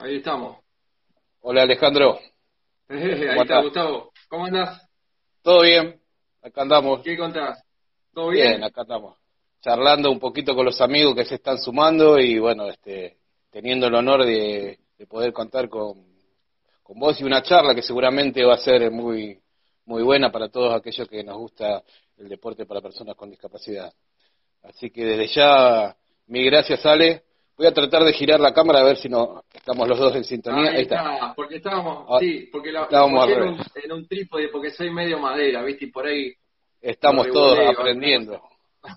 Ahí estamos. Hola Alejandro, Ahí ¿cómo está estás? Gustavo. ¿Cómo andás? ¿Todo bien? Acá andamos. ¿Qué contás? ¿Todo Bien, bien? acá andamos. Charlando un poquito con los amigos que se están sumando y bueno, teniendo el honor de poder contar con vos y una charla que seguramente va a ser muy buena para todos aquellos que nos gusta el deporte para personas con discapacidad. Así que desde ya, mil gracias Ale. Voy a tratar de girar la cámara a ver si no estamos los dos en sintonía. Ahí Ahí está. está, porque estábamos, Ah, sí, porque lo estábamos al apoyé revés. en un trípode porque soy medio madera, ¿viste? Y por ahí lo Estamos todos revoleo, alguna cosa. aprendiendo.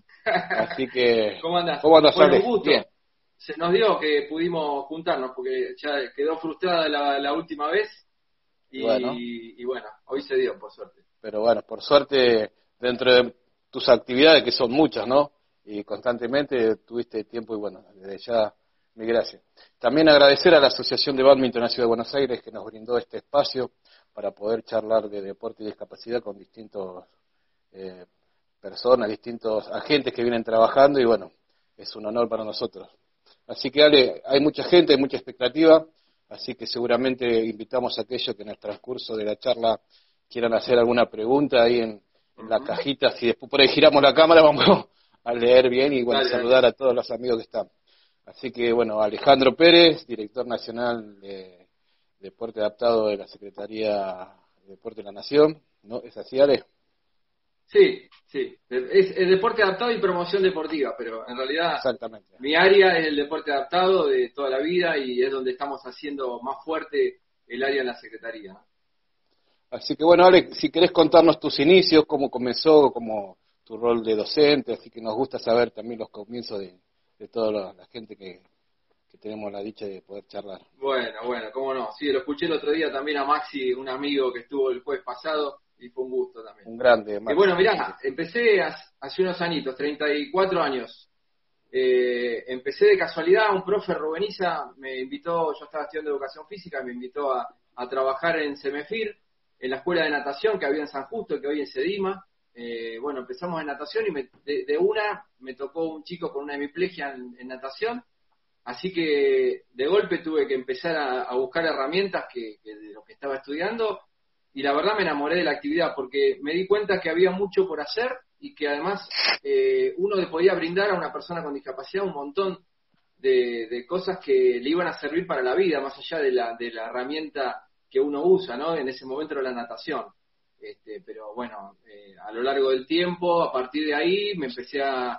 Así que, ¿Cómo andás? ¿cómo andas, Bueno, un Ale? Bien. gusto. Se nos dio que pudimos juntarnos porque ya quedó frustrada la última vez Y bueno, y bueno, hoy se dio, por suerte. pero bueno, por suerte, dentro de tus actividades, que son muchas, ¿no? Y constantemente tuviste tiempo y bueno, desde ya, mi gracias. También agradecer a la Asociación de Bádminton de la Ciudad de Buenos Aires que nos brindó este espacio para poder charlar de deporte y discapacidad con distintos eh, personas, distintos agentes que vienen trabajando y bueno, es un honor para nosotros. Así que Ale, hay mucha gente, hay mucha expectativa, así que seguramente invitamos a aquellos que en el transcurso de la charla quieran hacer alguna pregunta ahí en la Ujú. cajita, si después por ahí giramos la cámara vamos a leer bien y bueno, Dale, dale. saludar a todos los amigos que están. Así que bueno, Alejandro Pérez, director nacional de Deporte Adaptado de la Secretaría de Deporte de la Nación, ¿no? ¿Es así, Ale? Sí, sí. Es deporte adaptado y promoción deportiva, pero en realidad Exactamente. mi área es el deporte adaptado de toda la vida y es donde estamos haciendo más fuerte el área en la Secretaría, ¿no? Así que bueno, Ale, si querés contarnos tus inicios, cómo comenzó, como tu rol de docente, así que nos gusta saber también los comienzos de toda la gente que tenemos la dicha de poder charlar. Bueno, bueno, cómo no. Sí, lo escuché el otro día también a Maxi, un amigo que estuvo el jueves pasado y fue un gusto también. Un grande, Bueno, Maxi. Sí. mirá, empecé hace unos añitos, 34 años. Empecé de casualidad, un profe Rubeniza me invitó, yo estaba estudiando educación física, me invitó a trabajar en Semefir, en la escuela de natación que había en San Justo, que hoy es Sedima. Bueno, empezamos en natación y de una me tocó un chico con una hemiplegia en natación, así que de golpe tuve que empezar a buscar herramientas de lo que estaba estudiando y la verdad me enamoré de la actividad porque me di cuenta que había mucho por hacer y que además uno le podía brindar a una persona con discapacidad un montón de cosas que le iban a servir para la vida, más allá de la herramienta que uno usa, ¿no? En ese momento era la natación. Pero bueno, a lo largo del tiempo, a partir de ahí, me empecé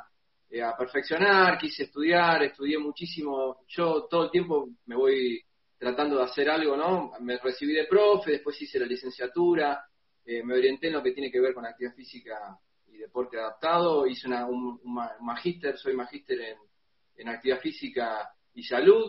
a perfeccionar, quise estudiar, estudié muchísimo. Yo todo el tiempo me voy tratando de hacer algo, ¿no? Me recibí de profe, después hice la licenciatura, me orienté en lo que tiene que ver con actividad física y deporte adaptado, hice un magíster, soy magíster en actividad física y salud,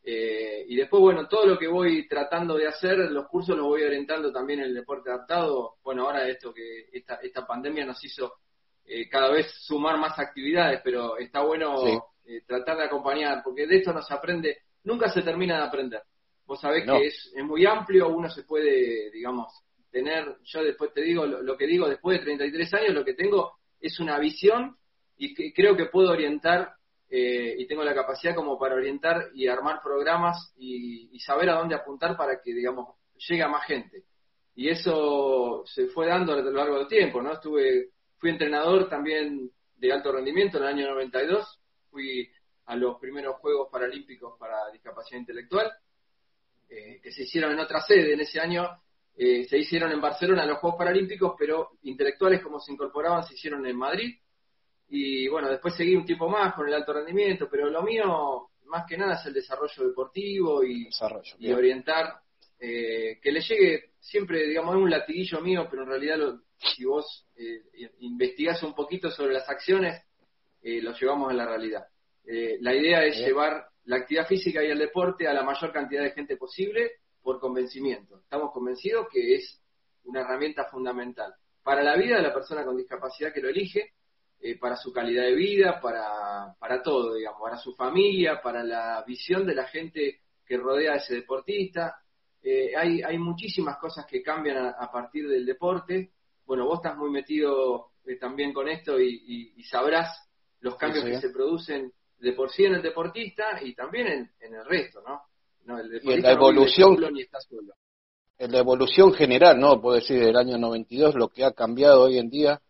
y después, bueno, todo lo que voy tratando de hacer, los cursos los voy orientando también en el deporte adaptado. Bueno, ahora esta pandemia nos hizo cada vez sumar más actividades, pero está Sí, bueno tratar de acompañar, porque de esto nos aprende, nunca se termina de aprender. Vos y sabés que no. es muy amplio, uno se puede, digamos, yo después te digo, lo que digo, después de 33 años, lo que tengo es una visión y creo que puedo orientar y tengo la capacidad como para orientar y armar programas y saber a dónde apuntar para que, digamos, llegue a más gente. Y eso se fue dando a lo largo del tiempo, ¿no? Fui entrenador también de alto rendimiento en el año 92, fui a los primeros Juegos Paralímpicos para Discapacidad Intelectual, que se hicieron en otra sede en ese año, se hicieron en Barcelona los Juegos Paralímpicos, pero intelectuales como se incorporaban se hicieron en Madrid, y bueno, después seguí un tiempo más con el alto rendimiento, pero lo mío más que nada es el desarrollo deportivo Desarrollo, y bien. orientar, que le llegue siempre, digamos, es un latiguillo mío, pero en realidad si vos investigás un poquito sobre las acciones, lo llevamos a la realidad. La idea es Bien. llevar la actividad física y el deporte a la mayor cantidad de gente posible por convencimiento. Estamos convencidos que es una herramienta fundamental para la vida de la persona con discapacidad que lo elige, para su calidad de vida, para todo, digamos, para su familia, para la visión de la gente que rodea a ese deportista. Hay muchísimas cosas que cambian a partir del deporte. Bueno, vos estás muy metido también con esto y sabrás los Sí, cambios sí. que se producen de por sí en el deportista y también en el resto, ¿no? No, el Y en la deportista no vive evolución, solo ni está solo. en la evolución general, ¿no? Puedo decir, del año 92, lo que ha cambiado hoy en día.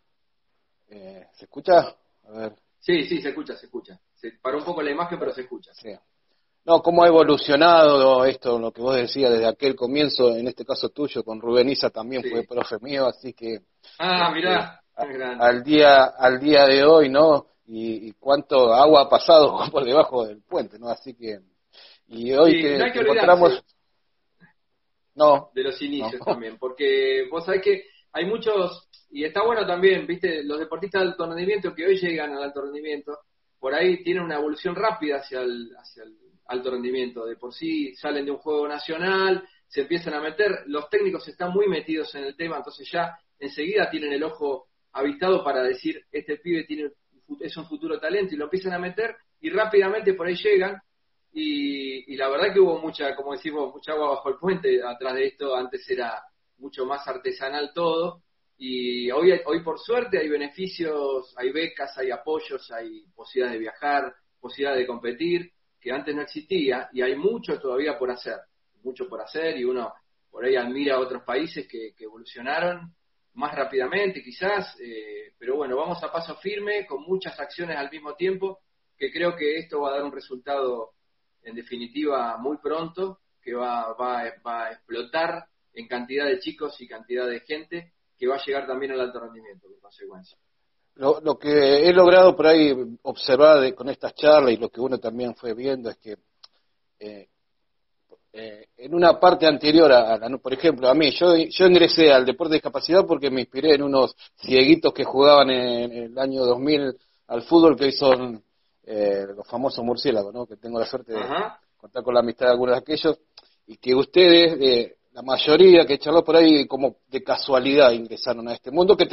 ¿Se escucha? A ver. Sí, sí, se escucha, se escucha. Se paró un poco la imagen, pero se escucha. Sí. No, cómo ha evolucionado esto, lo que vos decías desde aquel comienzo, en este caso tuyo, con Rubén Isa también fue Sí. profe mío, así que Ah, este, mirá, es grande. al día de hoy, ¿no? Y cuánto agua ha pasado por debajo del puente, ¿no? Así que, y hoy Sí, no hay te que encontramos, olvidarse no, de los no, inicios también, porque vos sabés que hay muchos, y está bueno también, viste, los deportistas de alto rendimiento que hoy llegan al alto rendimiento, por ahí tienen una evolución rápida hacia el alto rendimiento. De por sí salen de un juego nacional, se empiezan a meter, los técnicos están muy metidos en el tema, entonces ya enseguida tienen el ojo avistado para decir, este pibe es un futuro talento, y lo empiezan a meter, y rápidamente por ahí llegan. Y la verdad que hubo mucha, como decimos, mucha agua bajo el puente atrás de esto. Antes era mucho más artesanal todo, y hoy por suerte hay beneficios, hay becas, hay apoyos, hay posibilidad de viajar, posibilidad de competir, que antes no existía, y hay mucho todavía por hacer, mucho por hacer, y uno por ahí admira a otros países que evolucionaron más rápidamente quizás, pero bueno, vamos a paso firme, con muchas acciones al mismo tiempo, que creo que esto va a dar un resultado en definitiva muy pronto, que va a explotar en cantidad de chicos y cantidad de gente, que va a llegar también al alto rendimiento, por consecuencia. lo que he logrado por ahí observar con estas charlas y lo que uno también fue viendo es que eh, en una parte anterior por ejemplo, a mí, yo ingresé al deporte de discapacidad porque me inspiré en unos cieguitos que jugaban en el año 2000 al fútbol, que hoy son los famosos murciélagos, ¿no? Que tengo la suerte de Ajá, contar con la amistad de algunos de aquellos, y que ustedes, la mayoría que charló por ahí, como de casualidad ingresaron a este mundo que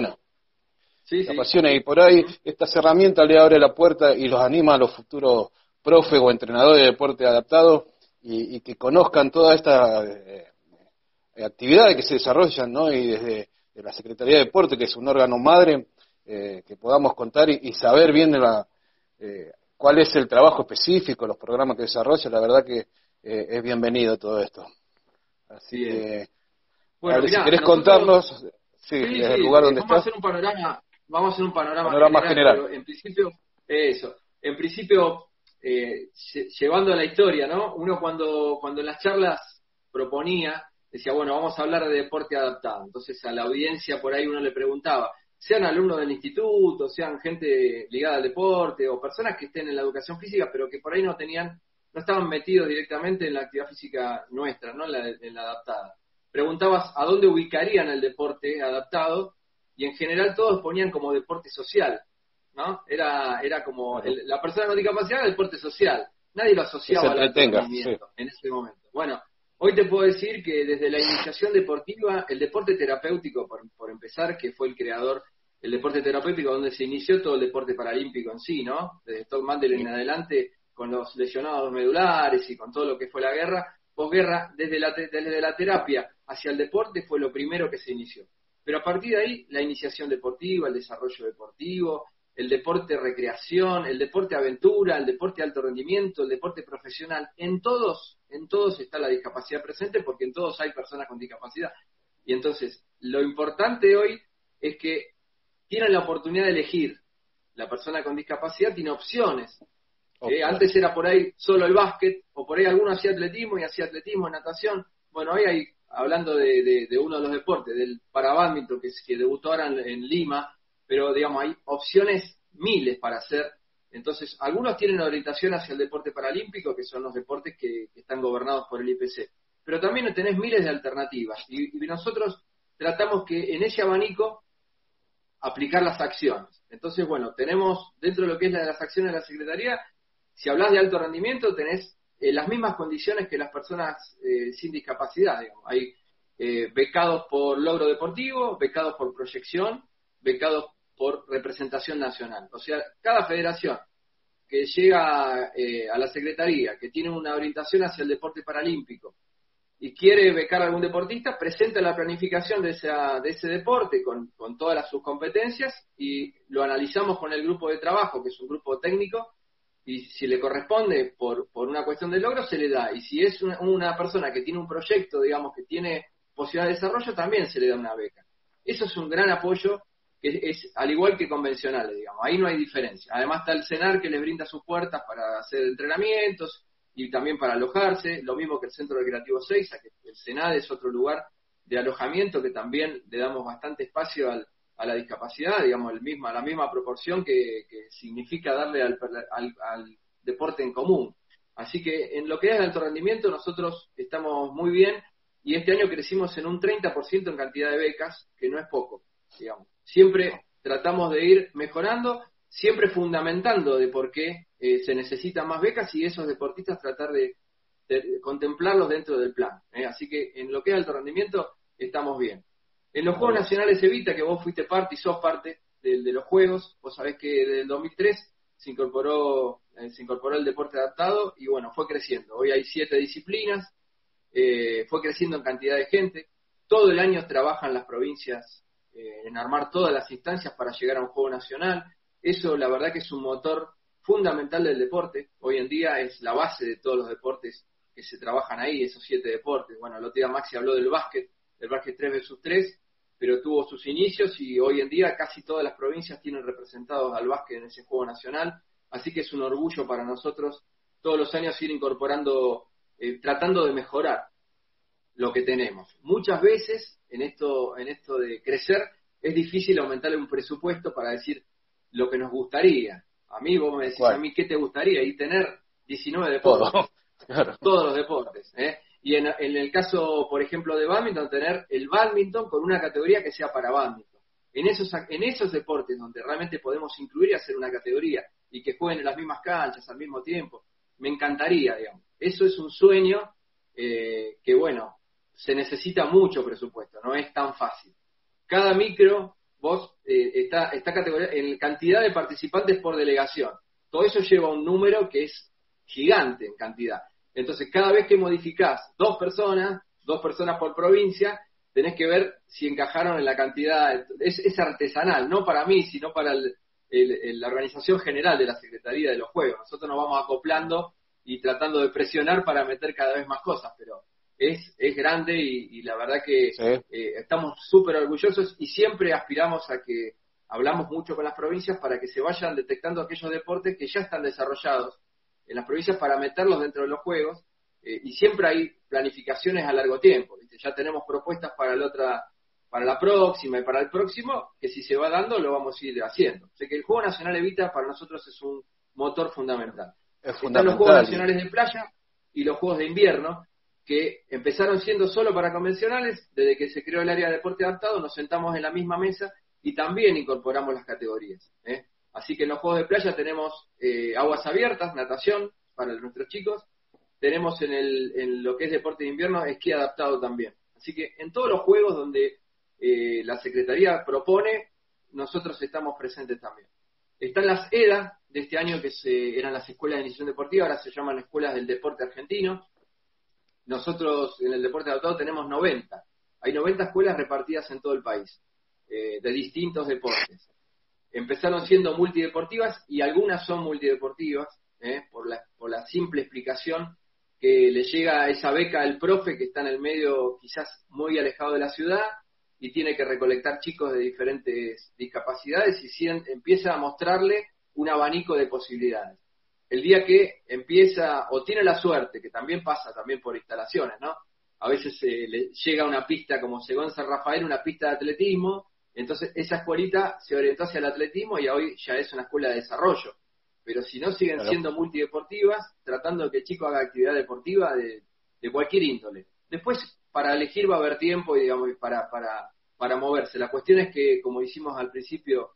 sí, te sí. apasiona, y por ahí Ujú. estas herramientas le abren la puerta y los anima a los futuros profes o entrenadores de deporte adaptado, y que conozcan todas estas actividades que se desarrollan, ¿no? Y desde de la Secretaría de Deporte, que es un órgano madre, que podamos contar y saber bien cuál es el trabajo específico, los programas que desarrolla. La verdad que es bienvenido todo esto. Así Bien. que, Bueno, Ale, si mirá, querés nosotros, contarnos, sí, sí, desde sí, el lugar donde vamos a estás, hacer un panorama, vamos a hacer un panorama panorama general, general. pero en principio, eso, en principio, llevando a la historia, ¿no? Uno cuando en las charlas proponía, decía, bueno, vamos a hablar de deporte adaptado. Entonces a la audiencia por ahí uno le preguntaba, sean alumnos del instituto, sean gente ligada al deporte, o personas que estén en la educación física, pero que por ahí no estaban metidos directamente en la actividad física nuestra, ¿no? En la adaptada. Preguntabas a dónde ubicarían el deporte adaptado, y en general todos ponían como deporte social, ¿no? Era como Claro. la persona con discapacidad era deporte social. Nadie lo Que se asociaba al alto entretenga, sí. rendimiento en ese momento. Bueno, hoy te puedo decir que desde la iniciación deportiva, el deporte terapéutico, por empezar, que fue el creador, el deporte terapéutico donde se inició todo el deporte paralímpico en sí, ¿no? Desde Stock Mandel en Sí. adelante, con los lesionados medulares y con todo lo que fue la guerra, posguerra, desde la terapia hacia el deporte fue lo primero que se inició. Pero a partir de ahí, la iniciación deportiva, el desarrollo deportivo, el deporte recreación, el deporte aventura, el deporte alto rendimiento, el deporte profesional, en todos está la discapacidad presente, porque en todos hay personas con discapacidad. Y entonces, lo importante hoy es que tienen la oportunidad de elegir. La persona con discapacidad tiene opciones. Antes Opciones. era por ahí solo el básquet, o por ahí alguno hacía atletismo y hacía atletismo, natación. Bueno, hoy hay, hablando de uno de los deportes, del parabádminton, que debutó ahora en Lima, pero digamos, hay opciones miles para hacer. Entonces, algunos tienen orientación hacia el deporte paralímpico, que son los deportes que están gobernados por el IPC. Pero también tenés miles de alternativas. Y nosotros tratamos que en ese abanico aplicar las acciones. Entonces, bueno, tenemos dentro de lo que es las acciones de la Secretaría, si hablas de alto rendimiento, tenés las mismas condiciones que las personas sin discapacidad, digamos. Hay becados por logro deportivo, becados por proyección, becados por representación nacional. O sea, cada federación que llega a la Secretaría, que tiene una orientación hacia el deporte paralímpico, y quiere becar a algún deportista, presenta la planificación de ese deporte con todas sus competencias, y lo analizamos con el grupo de trabajo, que es un grupo técnico, y si le corresponde por una cuestión de logro, se le da. Y si es una persona que tiene un proyecto, digamos, que tiene posibilidad de desarrollo, también se le da una beca. Eso es un gran apoyo, que es al igual que convencionales, digamos. Ahí no hay diferencia. Además está el CENAR, que les brinda sus puertas para hacer entrenamientos y también para alojarse. Lo mismo que el Centro Recreativo Seiza, que el CENAD es otro lugar de alojamiento que también le damos bastante espacio a la discapacidad, digamos, la misma proporción que significa darle al deporte en común. Así que en lo que es de alto rendimiento nosotros estamos muy bien, y este año crecimos en un 30% en cantidad de becas, que no es poco, digamos. Siempre tratamos de ir mejorando, siempre fundamentando de por qué se necesitan más becas, y esos deportistas tratar de contemplarlos dentro del plan. Así que en lo que es alto rendimiento estamos bien. En los Juegos Nacionales Evita, que vos fuiste parte y sos parte de los Juegos, vos sabés que desde el 2003 se incorporó el deporte adaptado y bueno, fue creciendo. Hoy hay 7 disciplinas, fue creciendo en cantidad de gente. Todo el año trabajan las provincias en armar todas las instancias para llegar a un juego nacional. Eso la verdad que es un motor fundamental del deporte. Hoy en día es la base de todos los deportes que se trabajan ahí, esos 7 deportes. Bueno, el otro día Maxi habló del básquet 3x3, pero tuvo sus inicios y hoy en día casi todas las provincias tienen representados al básquet en ese juego nacional, así que es un orgullo para nosotros todos los años ir incorporando, tratando de mejorar lo que tenemos. Muchas veces en esto de crecer es difícil aumentarle un presupuesto para decir lo que nos gustaría. A mí vos me decís, a mí, ¿qué te gustaría? Y tener 19 deportes, claro. Todos los deportes, Y en el caso, por ejemplo, de bádminton, tener el bádminton con una categoría que sea para bádminton. En esos deportes donde realmente podemos incluir y hacer una categoría y que jueguen en las mismas canchas al mismo tiempo, me encantaría, digamos. Eso es un sueño que, bueno, se necesita mucho presupuesto, no es tan fácil. Cada micro, vos, está categoría en cantidad de participantes por delegación. Todo eso lleva un número que es gigante en cantidad. Entonces, cada vez que modificás 2 personas por provincia, tenés que ver si encajaron en la cantidad. Es artesanal, no para mí, sino para la organización general de la Secretaría de los Juegos. Nosotros nos vamos acoplando y tratando de presionar para meter cada vez más cosas, pero es grande y la verdad que sí. Estamos súper orgullosos y siempre aspiramos a que hablamos mucho con las provincias para que se vayan detectando aquellos deportes que ya están desarrollados en las provincias para meterlos dentro de los juegos, y siempre hay planificaciones a largo tiempo, ¿viste? Ya tenemos propuestas para la próxima y para el próximo, que si se va dando lo vamos a ir haciendo. O sea que el Juego Nacional Evita para nosotros es un motor fundamental. Están los Juegos Nacionales de Playa y los Juegos de Invierno, que empezaron siendo solo para convencionales. Desde que se creó el área de deporte adaptado nos sentamos en la misma mesa y también incorporamos las categorías, Así que en los Juegos de Playa tenemos aguas abiertas, natación para nuestros chicos. Tenemos en lo que es deporte de invierno, esquí adaptado también. Así que en todos los juegos donde la Secretaría propone, nosotros estamos presentes también. Están las EDA de este año, que eran las escuelas de iniciación deportiva, ahora se llaman escuelas del deporte argentino. Nosotros en el deporte adaptado tenemos 90. Hay 90 escuelas repartidas en todo el país, de distintos deportes. Empezaron siendo multideportivas y algunas son multideportivas, por la simple explicación que le llega esa beca al profe que está en el medio quizás muy alejado de la ciudad y tiene que recolectar chicos de diferentes discapacidades y empieza a mostrarle un abanico de posibilidades. El día que empieza, o tiene la suerte, que también pasa también por instalaciones, ¿no? A veces le llega una pista como Según San Rafael, una pista de atletismo. Entonces esa escuelita se orientó hacia el atletismo y hoy ya es una escuela de desarrollo. Pero si no, siguen siendo multideportivas, tratando de que el chico haga actividad deportiva de cualquier índole. Después, para elegir va a haber tiempo y digamos para moverse. La cuestión es que, como hicimos al principio,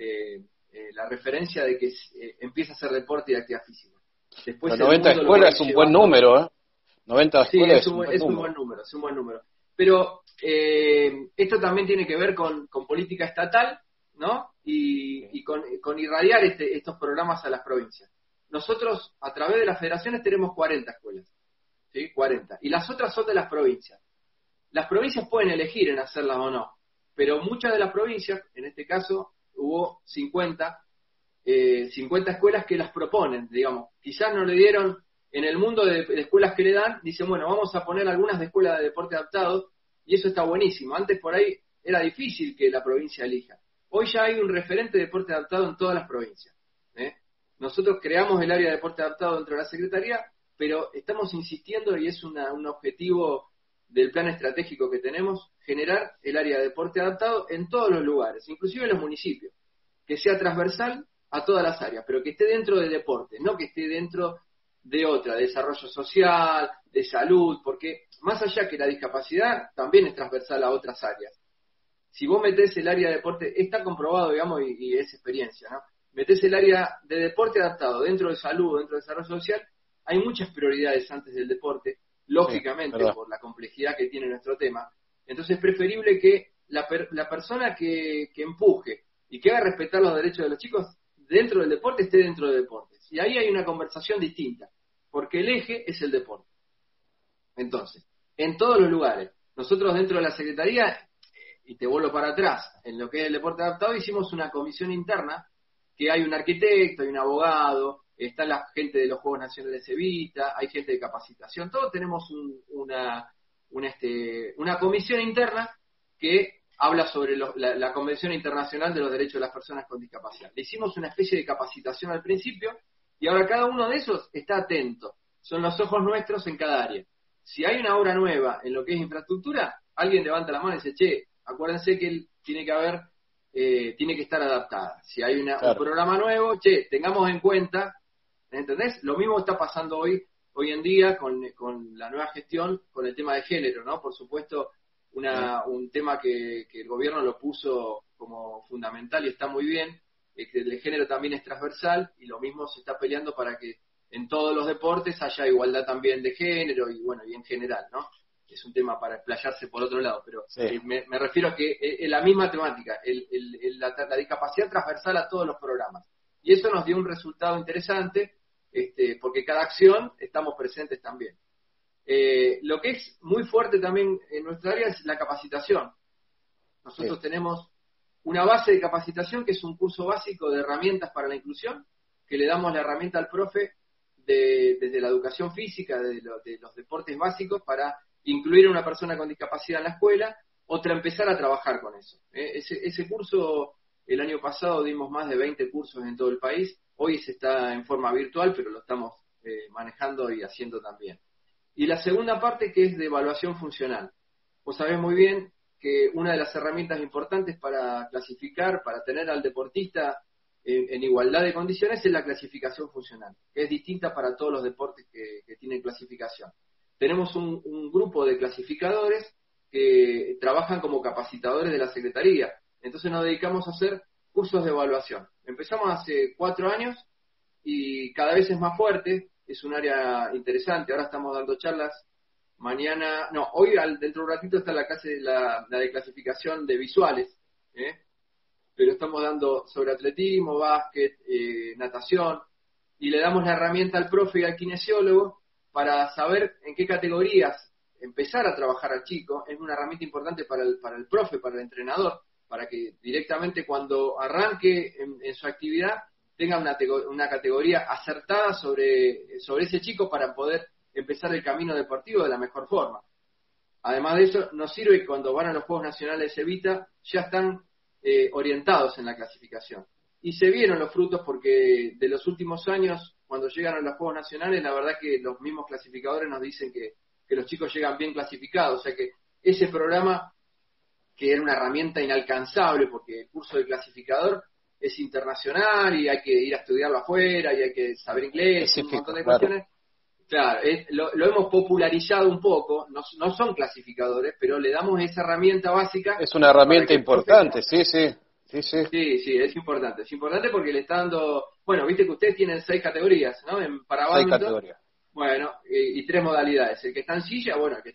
la referencia de que empieza a hacer deporte y actividad física. Después 90 escuelas es un buen número, 90 escuelas es un buen número. Pero esto también tiene que ver con política estatal, ¿no? Y con irradiar estos programas a las provincias. Nosotros, a través de las federaciones, tenemos 40 escuelas, ¿sí? 40. Y las otras son de las provincias. Las provincias pueden elegir en hacerlas o no, pero muchas de las provincias, en este caso, hubo 50 escuelas que las proponen, digamos. Quizás no le dieron en el mundo de escuelas que le dan, dicen, bueno, vamos a poner algunas de escuelas de deporte adaptado, y eso está buenísimo. Antes por ahí era difícil que la provincia elija. Hoy ya hay un referente de deporte adaptado en todas las provincias. Nosotros creamos el área de deporte adaptado dentro de la Secretaría, pero estamos insistiendo, y es un objetivo del plan estratégico que tenemos, generar el área de deporte adaptado en todos los lugares, inclusive en los municipios, que sea transversal a todas las áreas, pero que esté dentro de deporte, no que esté dentro de otra, de desarrollo social, de salud, porque más allá que la discapacidad también es transversal a otras áreas. Si vos metés el área de deporte, está comprobado, digamos, y es experiencia, ¿no? Metés el área de deporte adaptado dentro de salud, dentro de desarrollo social, hay muchas prioridades antes del deporte, lógicamente, sí, por la complejidad que tiene nuestro tema. Entonces es preferible que la persona que empuje y que haga respetar los derechos de los chicos dentro del deporte esté dentro del deporte. Y ahí hay una conversación distinta, porque el eje es el deporte. Entonces, en todos los lugares, nosotros dentro de la Secretaría, y te vuelvo para atrás, en lo que es el deporte adaptado, hicimos una comisión interna, que hay un arquitecto, hay un abogado, está la gente de los Juegos Nacionales Evita, hay gente de capacitación, todos tenemos una comisión interna que habla sobre la Convención Internacional de los Derechos de las Personas con Discapacidad. Le hicimos una especie de capacitación al principio, y ahora cada uno de esos está atento, son los ojos nuestros en cada área. Si hay una obra nueva en lo que es infraestructura, alguien levanta la mano y dice, che, acuérdense que tiene que estar adaptada. Si hay un programa nuevo, che, tengamos en cuenta, ¿entendés? Lo mismo está pasando hoy en día con la nueva gestión, con el tema de género, ¿no? Por supuesto, un tema que el gobierno lo puso como fundamental y está muy bien, que el género también es transversal, y lo mismo se está peleando para que en todos los deportes haya igualdad también de género, y bueno, y en general, ¿no? Es un tema para explayarse por otro lado, pero me refiero a que es la misma temática, la discapacidad transversal a todos los programas. Y eso nos dio un resultado interesante, porque cada acción estamos presentes también. Lo que es muy fuerte también en nuestra área es la capacitación. Nosotros tenemos una base de capacitación que es un curso básico de herramientas para la inclusión, que le damos la herramienta al profe desde la educación física, de los deportes básicos, para incluir a una persona con discapacidad en la escuela, o empezar a trabajar con eso. Ese curso, el año pasado dimos más de 20 cursos en todo el país, hoy se está en forma virtual, pero lo estamos manejando y haciendo también. Y la segunda parte, que es de evaluación funcional. Vos sabés muy bien que una de las herramientas importantes para clasificar, para tener al deportista en igualdad de condiciones, es la clasificación funcional, que es distinta para todos los deportes que tienen clasificación. Tenemos un grupo de clasificadores que trabajan como capacitadores de la Secretaría. Entonces nos dedicamos a hacer cursos de evaluación. Empezamos hace 4 años y cada vez es más fuerte, es un área interesante. Ahora estamos dando charlas, hoy dentro de un ratito está la clase, la de clasificación de visuales, pero estamos dando sobre atletismo, básquet, natación, y le damos la herramienta al profe y al kinesiólogo para saber en qué categorías empezar a trabajar al chico. Es una herramienta importante para el profe, para el entrenador, para que directamente cuando arranque en su actividad tenga una categoría acertada sobre ese chico para poder empezar el camino deportivo de la mejor forma. Además de eso, nos sirve que cuando van a los Juegos Nacionales Evita ya están orientados en la clasificación. Y se vieron los frutos porque de los últimos años, cuando llegan a los Juegos Nacionales, la verdad que los mismos clasificadores nos dicen que los chicos llegan bien clasificados. O sea que ese programa, que era una herramienta inalcanzable, porque el curso de clasificador es internacional y hay que ir a estudiarlo afuera y hay que saber inglés, un montón de cuestiones. Claro, lo hemos popularizado un poco, no son clasificadores, pero le damos esa herramienta básica. Es una herramienta importante, sí. Sí, es importante porque le está dando, bueno, viste que ustedes tienen 6 categorías, ¿no? Para 6 categorías. Bueno, y 3 modalidades. El que está en silla,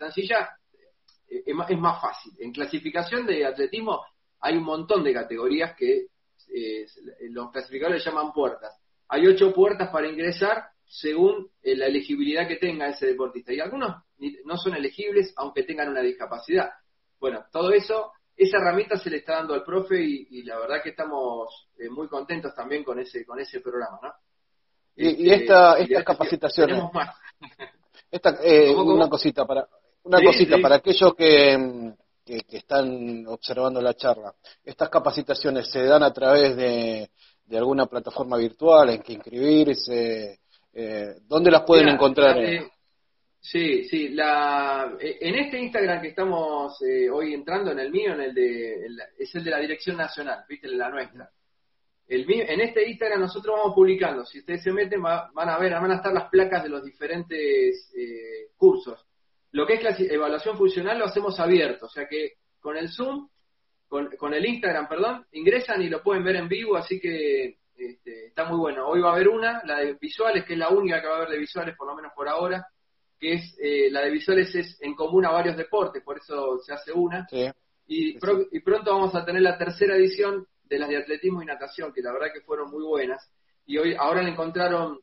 es más fácil. En clasificación de atletismo hay un montón de categorías que los clasificadores llaman puertas. Hay 8 puertas para ingresar según la elegibilidad que tenga ese deportista. Y algunos no son elegibles aunque tengan una discapacidad. Bueno, todo eso, esa herramienta se le está dando al profe y la verdad que estamos muy contentos también con ese programa, ¿no? Y estas capacitaciones, tenemos más. Una cosita para aquellos que están observando la charla. ¿Estas capacitaciones se dan a través de alguna plataforma virtual en que inscribirse? ¿Dónde las pueden encontrar? Sí. En este Instagram que estamos hoy entrando, en el mío, es el de la Dirección Nacional, ¿viste? La nuestra. En este Instagram nosotros vamos publicando, si ustedes se meten van a estar las placas de los diferentes cursos. Lo que es evaluación funcional lo hacemos abierto, o sea que con el Zoom, con el Instagram, ingresan y lo pueden ver en vivo, así que está muy bueno. Hoy va a haber la de visuales, que es la única que va a haber de visuales, por lo menos por ahora, que es la de visuales es en común a varios deportes, por eso se hace una. Sí. Y pronto vamos a tener la tercera edición de las de atletismo y natación, que la verdad que fueron muy buenas, y ahora le encontraron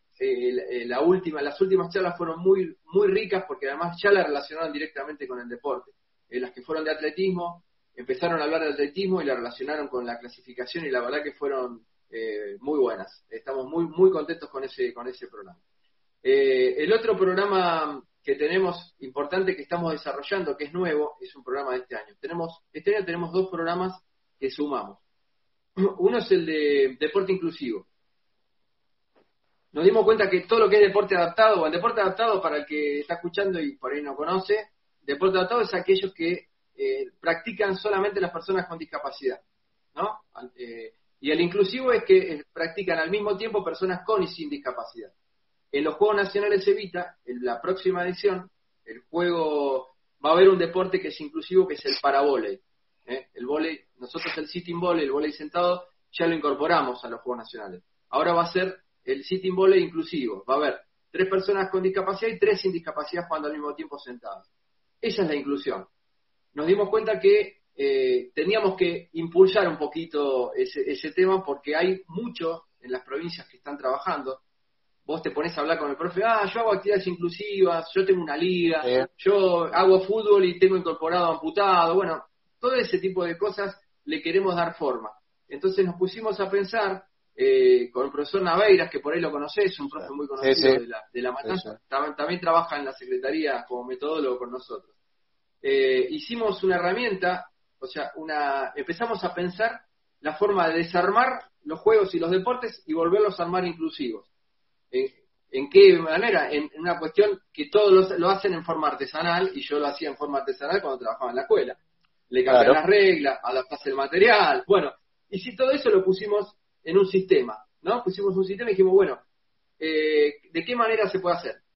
las últimas charlas fueron muy muy ricas, porque además ya la relacionaron directamente con el deporte. Las que fueron de atletismo, empezaron a hablar de atletismo y la relacionaron con la clasificación, y la verdad que fueron muy buenas. Estamos muy muy contentos con ese programa. El otro programa que tenemos importante, que estamos desarrollando, que es nuevo, es un programa de este año. Este año tenemos 2 programas que sumamos. Uno es el de deporte inclusivo. Nos dimos cuenta que todo lo que es deporte adaptado, para el que está escuchando y por ahí no conoce, deporte adaptado es aquellos que practican solamente las personas con discapacidad, ¿no? Y el inclusivo es que practican al mismo tiempo personas con y sin discapacidad. En los Juegos Nacionales Evita, en la próxima edición, va a haber un deporte que es inclusivo, que es el paravóley. El vóley, nosotros el sitting volley, el vóley sentado, ya lo incorporamos a los Juegos Nacionales. Ahora va a ser el sitting volley inclusivo. Va a haber 3 personas con discapacidad y 3 sin discapacidad jugando al mismo tiempo sentados. Esa es la inclusión. Nos dimos cuenta que teníamos que impulsar un poquito ese tema, porque hay mucho en las provincias que están trabajando. Vos te pones a hablar con el profe, yo hago actividades inclusivas, yo tengo una liga, yo hago fútbol y tengo incorporado amputado, bueno, todo ese tipo de cosas le queremos dar forma. Entonces nos pusimos a pensar con el profesor Naveiras, que por ahí lo conocés, un profe muy conocido de la Matanza, también trabaja en la Secretaría como metodólogo con nosotros. Hicimos una herramienta, empezamos a pensar la forma de desarmar los juegos y los deportes y volverlos a armar inclusivos. ¿En qué manera? En una cuestión que todos lo hacen en forma artesanal, y yo lo hacía en forma artesanal cuando trabajaba en la escuela. Le cambié las reglas, adaptarse el material, y si todo eso lo pusimos en un sistema, ¿no? Pusimos un sistema y dijimos, ¿de qué manera se puede hacer?